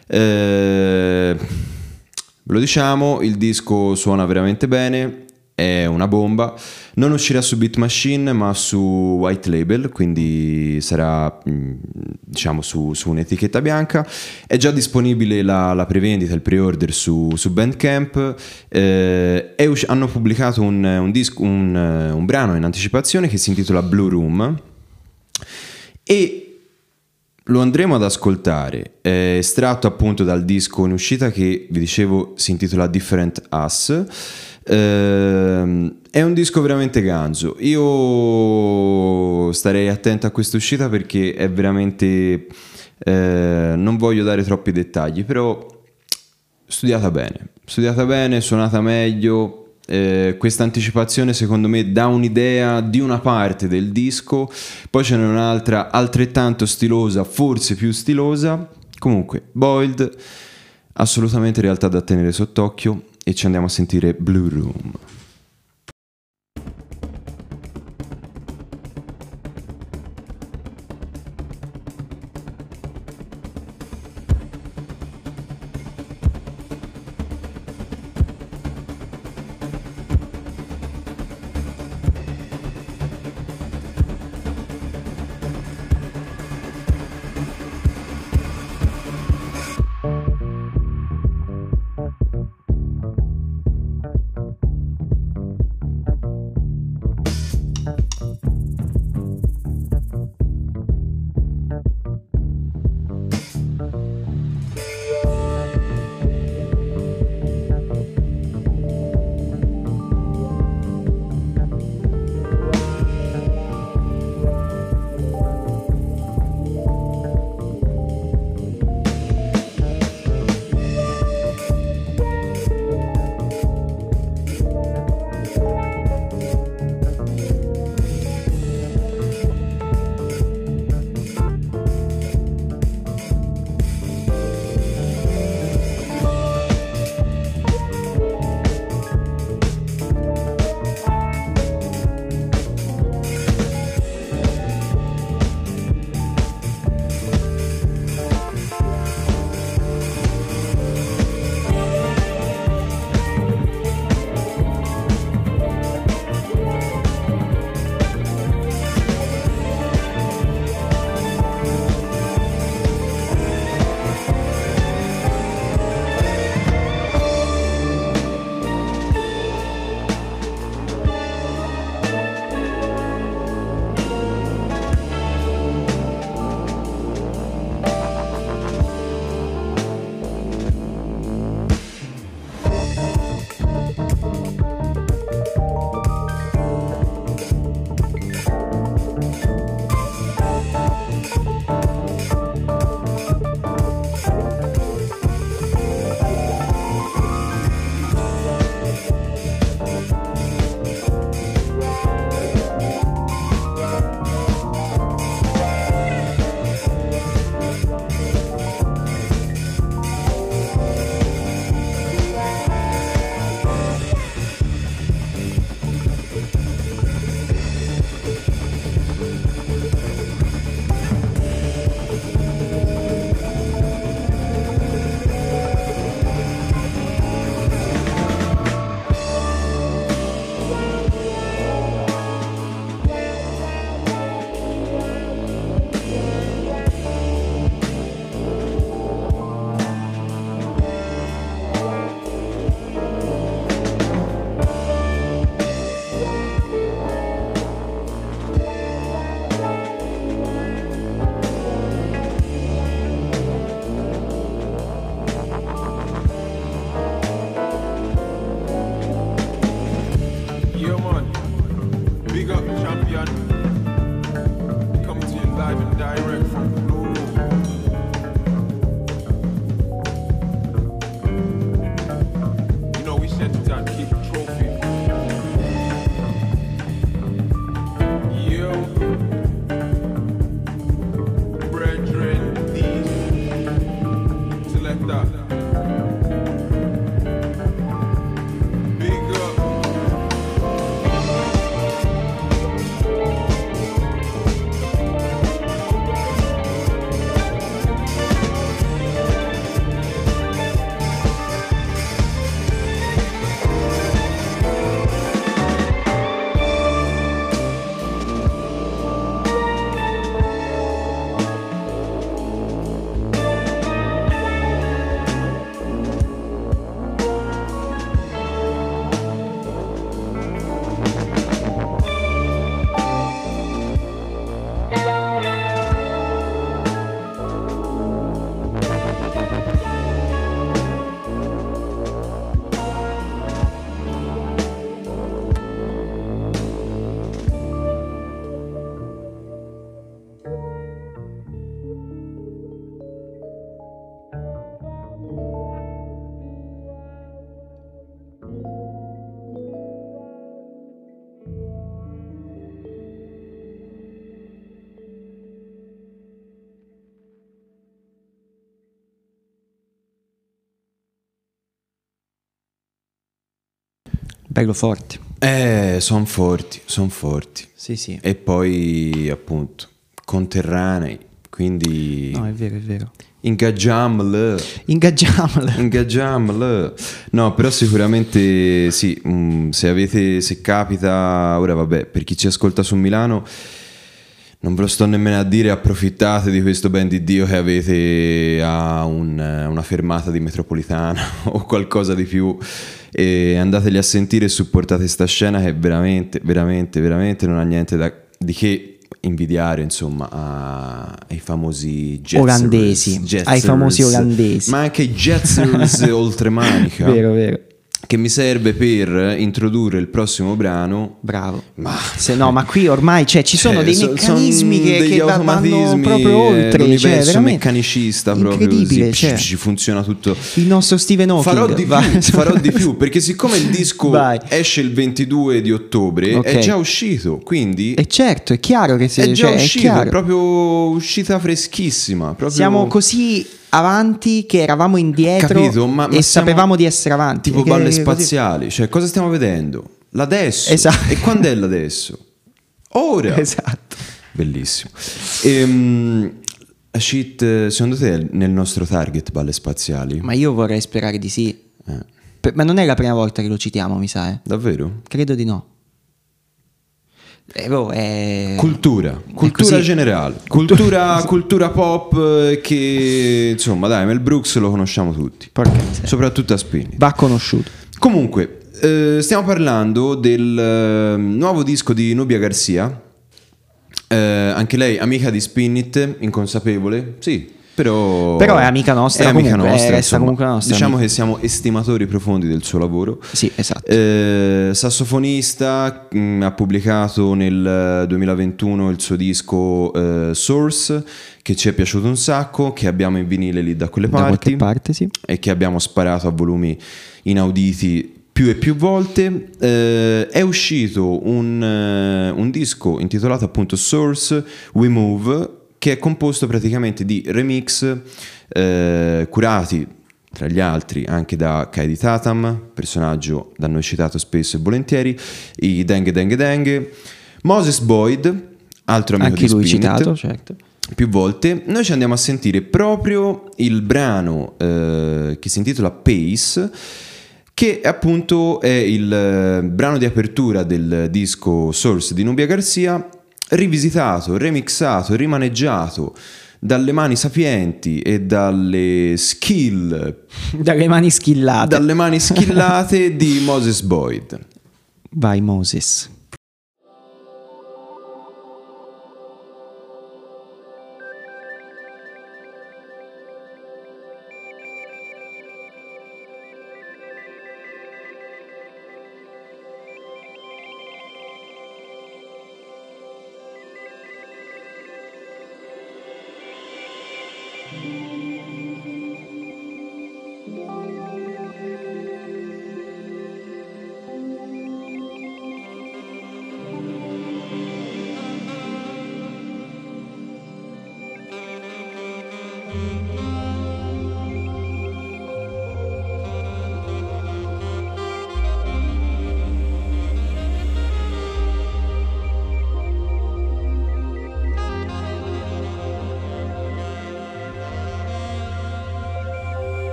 S1: ve lo diciamo, il disco suona veramente bene, è una bomba. Non uscirà su Beat Machine ma su White Label, quindi sarà diciamo su un'etichetta bianca. È già disponibile la prevendita, il pre-order su Bandcamp. Hanno pubblicato un brano in anticipazione che si intitola Blue Room e lo andremo ad ascoltare, è estratto appunto dal disco in uscita che vi dicevo si intitola Different Us. È un disco veramente ganzo. Io starei attento a questa uscita perché è veramente non voglio dare troppi dettagli, però studiata bene, suonata meglio. Questa anticipazione secondo me dà un'idea di una parte del disco, poi ce n'è un'altra altrettanto stilosa, forse più stilosa. Comunque Boiled, assolutamente realtà da tenere sott'occhio, e ci andiamo a sentire Blue Room.
S5: Stop. Big up.
S2: Bello forte.
S1: Sono forti, sono forti.
S2: Sì, sì.
S1: E poi appunto conterranei, quindi
S2: No, è vero.
S1: ingaggiamole.
S2: Ingaggiamola.
S1: No, però sicuramente sì, se capita, ora vabbè, per chi ci ascolta su Milano, non ve lo sto nemmeno a dire, approfittate di questo ben di Dio che avete a una fermata di metropolitana o qualcosa di più, e andateli a sentire e supportate sta scena che veramente non ha niente di che invidiare, insomma, ai famosi jazzers,
S2: Olandesi, ai famosi olandesi.
S1: ma anche i jazzers oltremanica,
S2: Vero.
S1: che mi serve per introdurre il prossimo brano.
S2: Bravo.
S1: Ma
S2: ma qui ormai ci sono dei meccanismi
S1: degli
S2: che vanno
S1: automatismi,
S2: proprio oltre.
S1: l'universo
S2: veramente
S1: meccanicista proprio
S2: incredibile.
S1: così, ci funziona tutto.
S2: Il nostro Stephen Hawking.
S1: Farò di più, perché siccome il disco
S2: Vai.
S1: esce il 22 di ottobre,
S2: Ok.
S1: è già uscito, quindi
S2: E certo, è chiaro che
S1: è già
S2: è
S1: uscito, è
S2: chiaro.
S1: proprio uscita freschissima, proprio...
S2: Siamo così avanti che eravamo indietro.
S1: Capito? Ma
S2: e
S1: siamo
S2: sapevamo di essere avanti.
S1: tipo
S2: Perché
S1: balle
S2: così-
S1: spaziali, cioè cosa stiamo vedendo? L'adesso.
S2: Esatto.
S1: E quando è l'adesso? Ora.
S2: Esatto.
S1: Bellissimo. Shit, secondo te è nel nostro target balle spaziali?
S2: Ma io vorrei sperare di sì. Ma non è la prima volta che lo citiamo, mi sa.
S1: Davvero?
S2: Credo di no. È...
S1: Cultura
S2: così.
S1: generale, cultura pop, che insomma dai, Mel Brooks lo conosciamo tutti,
S2: Porca miseria.
S1: soprattutto a Spinning.
S2: Va conosciuto.
S1: Comunque, stiamo parlando del nuovo disco di Nubia Garcia, anche lei amica di Spinit, inconsapevole, sì, però
S2: è amica nostra,
S1: è amica
S2: comunque,
S1: nostra,
S2: resta
S1: insomma.
S2: comunque nostra
S1: Diciamo
S2: amica.
S1: che siamo estimatori profondi del suo lavoro.
S2: Sì, esatto.
S1: Sassofonista, ha pubblicato nel 2021 il suo disco Source, che ci è piaciuto un sacco, che abbiamo in vinile lì da quelle
S2: Da qualche
S1: parti,
S2: parte, sì.
S1: e che abbiamo sparato a volumi inauditi più e più volte. È uscito un disco intitolato appunto Source We Move, che è composto praticamente di remix curati tra gli altri anche da Kaidi Tatam, personaggio da noi citato spesso e volentieri, i Dengue Dengue Dengue, Moses Boyd, altro amico
S2: Anche
S1: di
S2: lui
S1: Spinit,
S2: citato, certo.
S1: più volte. Noi ci andiamo a sentire proprio il brano che si intitola Pace, che appunto è il brano di apertura del disco Source di Nubia Garcia, rivisitato, remixato, rimaneggiato dalle mani sapienti e dalle
S2: Dalle mani schillate.
S1: di Moses Boyd.
S2: Vai Moses.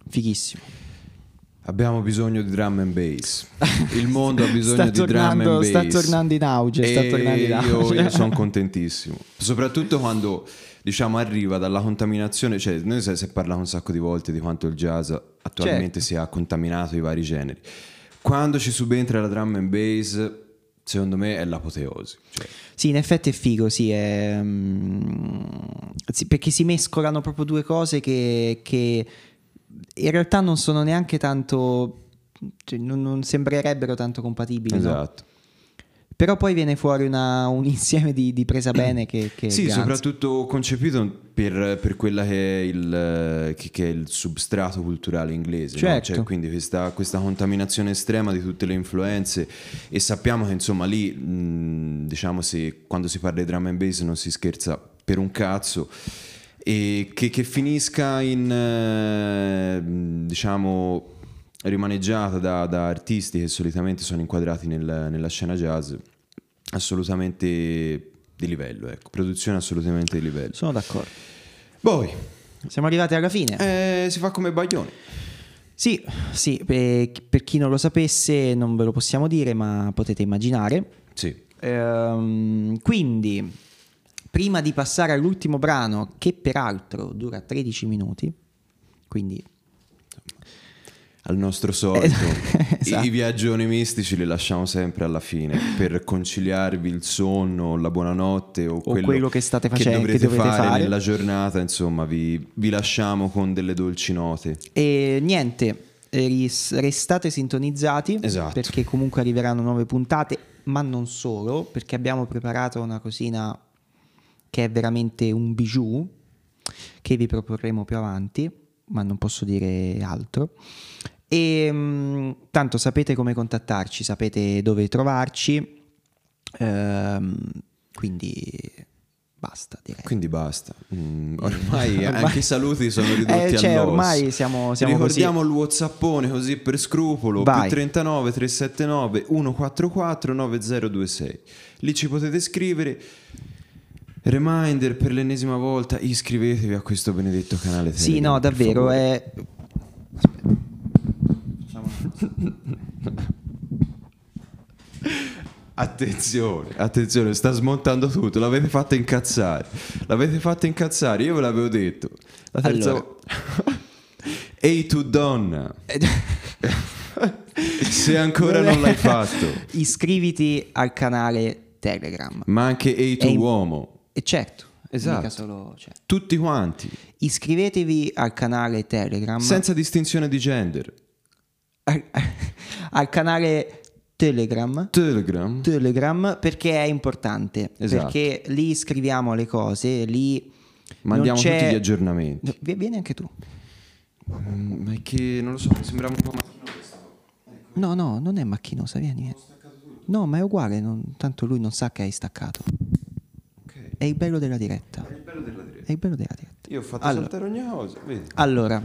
S2: Fighissimo.
S1: Abbiamo bisogno di drum and bass. Il mondo ha bisogno
S2: Sta
S1: di drum and
S2: tornando-
S1: bass.
S2: sta tornando in auge, sta tornando in auge.
S1: Io sono contentissimo. Soprattutto quando, diciamo, arriva dalla contaminazione. Cioè, noi si è parlato un sacco di volte di quanto il jazz attualmente
S2: Certo.
S1: sia contaminato i vari generi. Quando ci subentra la drum and bass, secondo me è l'apoteosi. Cioè,
S2: Sì, in effetti è figo, sì, sì, perché si mescolano proprio due cose che in realtà non sono neanche tanto, cioè, non sembrerebbero tanto compatibili, no?
S1: esatto.
S2: Però poi viene fuori un insieme di presa bene che
S1: Sì,
S2: ganza.
S1: soprattutto concepito per quella che è il substrato culturale inglese, no?
S2: Certo.
S1: Cioè, quindi questa contaminazione estrema di tutte le influenze, e sappiamo che insomma lì, diciamo, quando si parla di drum and bass non si scherza per un cazzo, e che finisca in diciamo rimaneggiata da artisti che solitamente sono inquadrati nella scena jazz, assolutamente di livello, ecco, produzione assolutamente di livello.
S2: Sono d'accordo.
S1: Poi
S2: Siamo arrivati alla fine.
S1: si fa come Baglioni.
S2: Sì, sì, per chi non lo sapesse non ve lo possiamo dire, ma potete immaginare.
S1: Sì.
S2: Quindi, prima di passare all'ultimo brano, che peraltro dura 13 minuti, quindi
S1: Al nostro solito,
S2: Esatto.
S1: i viaggioni mistici li lasciamo sempre alla fine per conciliarvi il sonno, la buonanotte o
S2: quello che state facendo,
S1: dovrete
S2: che dovete fare.
S1: nella giornata. Insomma, vi lasciamo con delle dolci note.
S2: E niente, restate sintonizzati,
S1: Esatto.
S2: perché comunque arriveranno nuove puntate, ma non solo, perché abbiamo preparato una cosina che è veramente un bijou che vi proporremo più avanti, ma non posso dire altro. E tanto sapete come contattarci, sapete dove trovarci, quindi basta, direi.
S1: Quindi basta. Ormai anche i saluti sono ridotti
S2: cioè,
S1: all'osso.
S2: ormai siamo
S1: Ricordiamo il WhatsAppone così per scrupolo:
S2: Vai.
S1: più 39 379 144 9026. Lì ci potete scrivere. Reminder per l'ennesima volta: iscrivetevi a questo benedetto canale Telegram.
S2: Sì, no,
S1: per
S2: davvero,
S1: favore. Attenzione, sta smontando tutto. L'avete fatta incazzare. Io ve l'avevo detto. La terza
S2: Allora.
S1: Ehi tu donna, se ancora non l'hai fatto.
S2: Iscriviti al canale Telegram.
S1: Ma anche ehi tu
S2: Ehi.
S1: uomo.
S2: E certo,
S1: Esatto.
S2: mica solo, cioè.
S1: Tutti quanti,
S2: Iscrivetevi al canale Telegram,
S1: senza distinzione di gender.
S2: al canale Telegram, perché è importante,
S1: Esatto.
S2: perché lì scriviamo le cose, lì
S1: Mandiamo
S2: non c'è...
S1: tutti gli aggiornamenti.
S2: Vieni anche tu.
S1: Ma è che non lo so, mi sembrava un po'
S2: No, non è macchinosa, vieni. No, ma è uguale, tanto lui non sa che hai staccato.
S1: ok.
S2: È il bello della diretta.
S1: È il bello della diretta.
S2: È il bello della diretta.
S1: Io ho fatto
S2: Allora.
S1: saltare ogni cosa, vedi?
S2: Allora,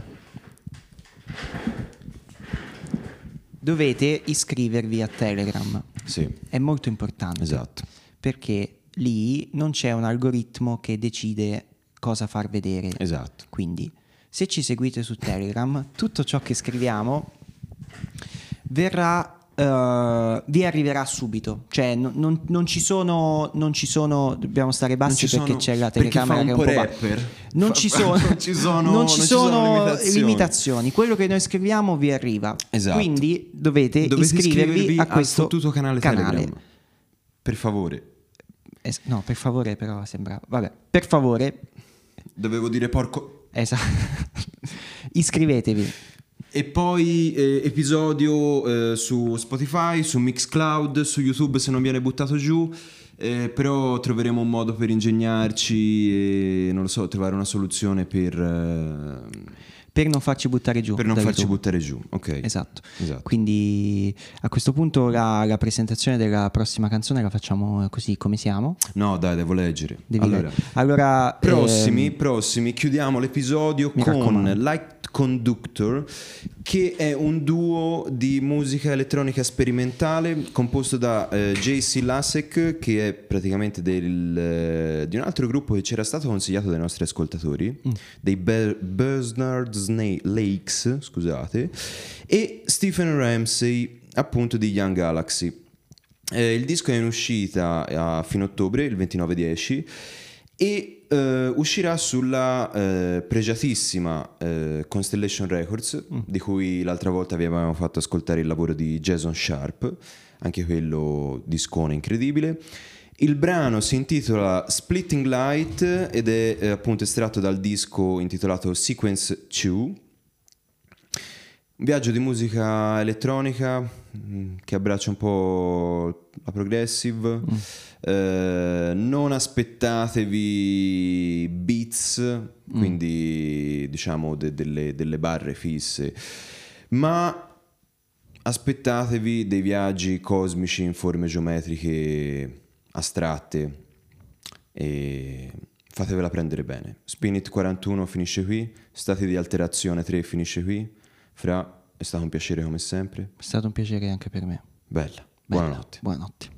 S2: dovete iscrivervi a Telegram.
S1: Sì,
S2: È molto importante.
S1: esatto.
S2: Perché lì non c'è un algoritmo che decide cosa far vedere.
S1: Esatto.
S2: Quindi, se ci seguite su Telegram, tutto ciò che scriviamo verrà, vi arriverà subito. Cioè, non ci sono, dobbiamo stare bassi perché c'è la telecamera che è un po' bassa. Non ci sono limitazioni. Quello che noi scriviamo vi arriva.
S1: Esatto.
S2: Quindi dovete iscrivervi a
S1: al
S2: questo
S1: fottuto canale Telegram. Per favore.
S2: No, per favore, però sembra. Vabbè, per favore.
S1: Dovevo dire porco.
S2: Esatto. Iscrivetevi.
S1: E poi episodio su Spotify, su Mixcloud, su YouTube se non viene buttato giù. Però troveremo un modo per ingegnarci e non lo so, trovare una soluzione per
S2: non farci buttare giù.
S1: non
S2: da
S1: farci
S2: YouTube.
S1: buttare giù. Ok.
S2: Esatto.
S1: Esatto.
S2: Quindi a questo punto la presentazione della prossima canzone la facciamo così come siamo.
S1: No, dai, devo leggere.
S2: Devi
S1: Allora,
S2: leggere. Allora,
S1: prossimi, chiudiamo l'episodio
S2: Mi
S1: con
S2: raccomando.
S1: Light Conductor, che è un duo di musica elettronica sperimentale composto da JC Lasek, che è praticamente di un altro gruppo che c'era stato consigliato dai nostri ascoltatori, dei Buzznerds Lakes, scusate, e Stephen Ramsey, appunto, di Young Galaxy. Il disco è in uscita a fine ottobre, il 29/10, e uscirà sulla pregiatissima Constellation Records, di cui l'altra volta vi avevamo fatto ascoltare il lavoro di Jason Sharp, anche quello discone incredibile. Il brano si intitola Splitting Light ed è appunto estratto dal disco intitolato Sequence 2. Un viaggio di musica elettronica che abbraccia un po' la progressive. Non aspettatevi beats, quindi diciamo delle barre fisse, ma aspettatevi dei viaggi cosmici in forme geometriche astratte e fatevela prendere bene. Spin It 41 finisce qui, Stati di alterazione 3 finisce qui. Fra, è stato un piacere come sempre.
S2: È stato un piacere anche per me.
S1: Bella.
S2: Bella.
S1: Buonanotte.
S2: Buonanotte.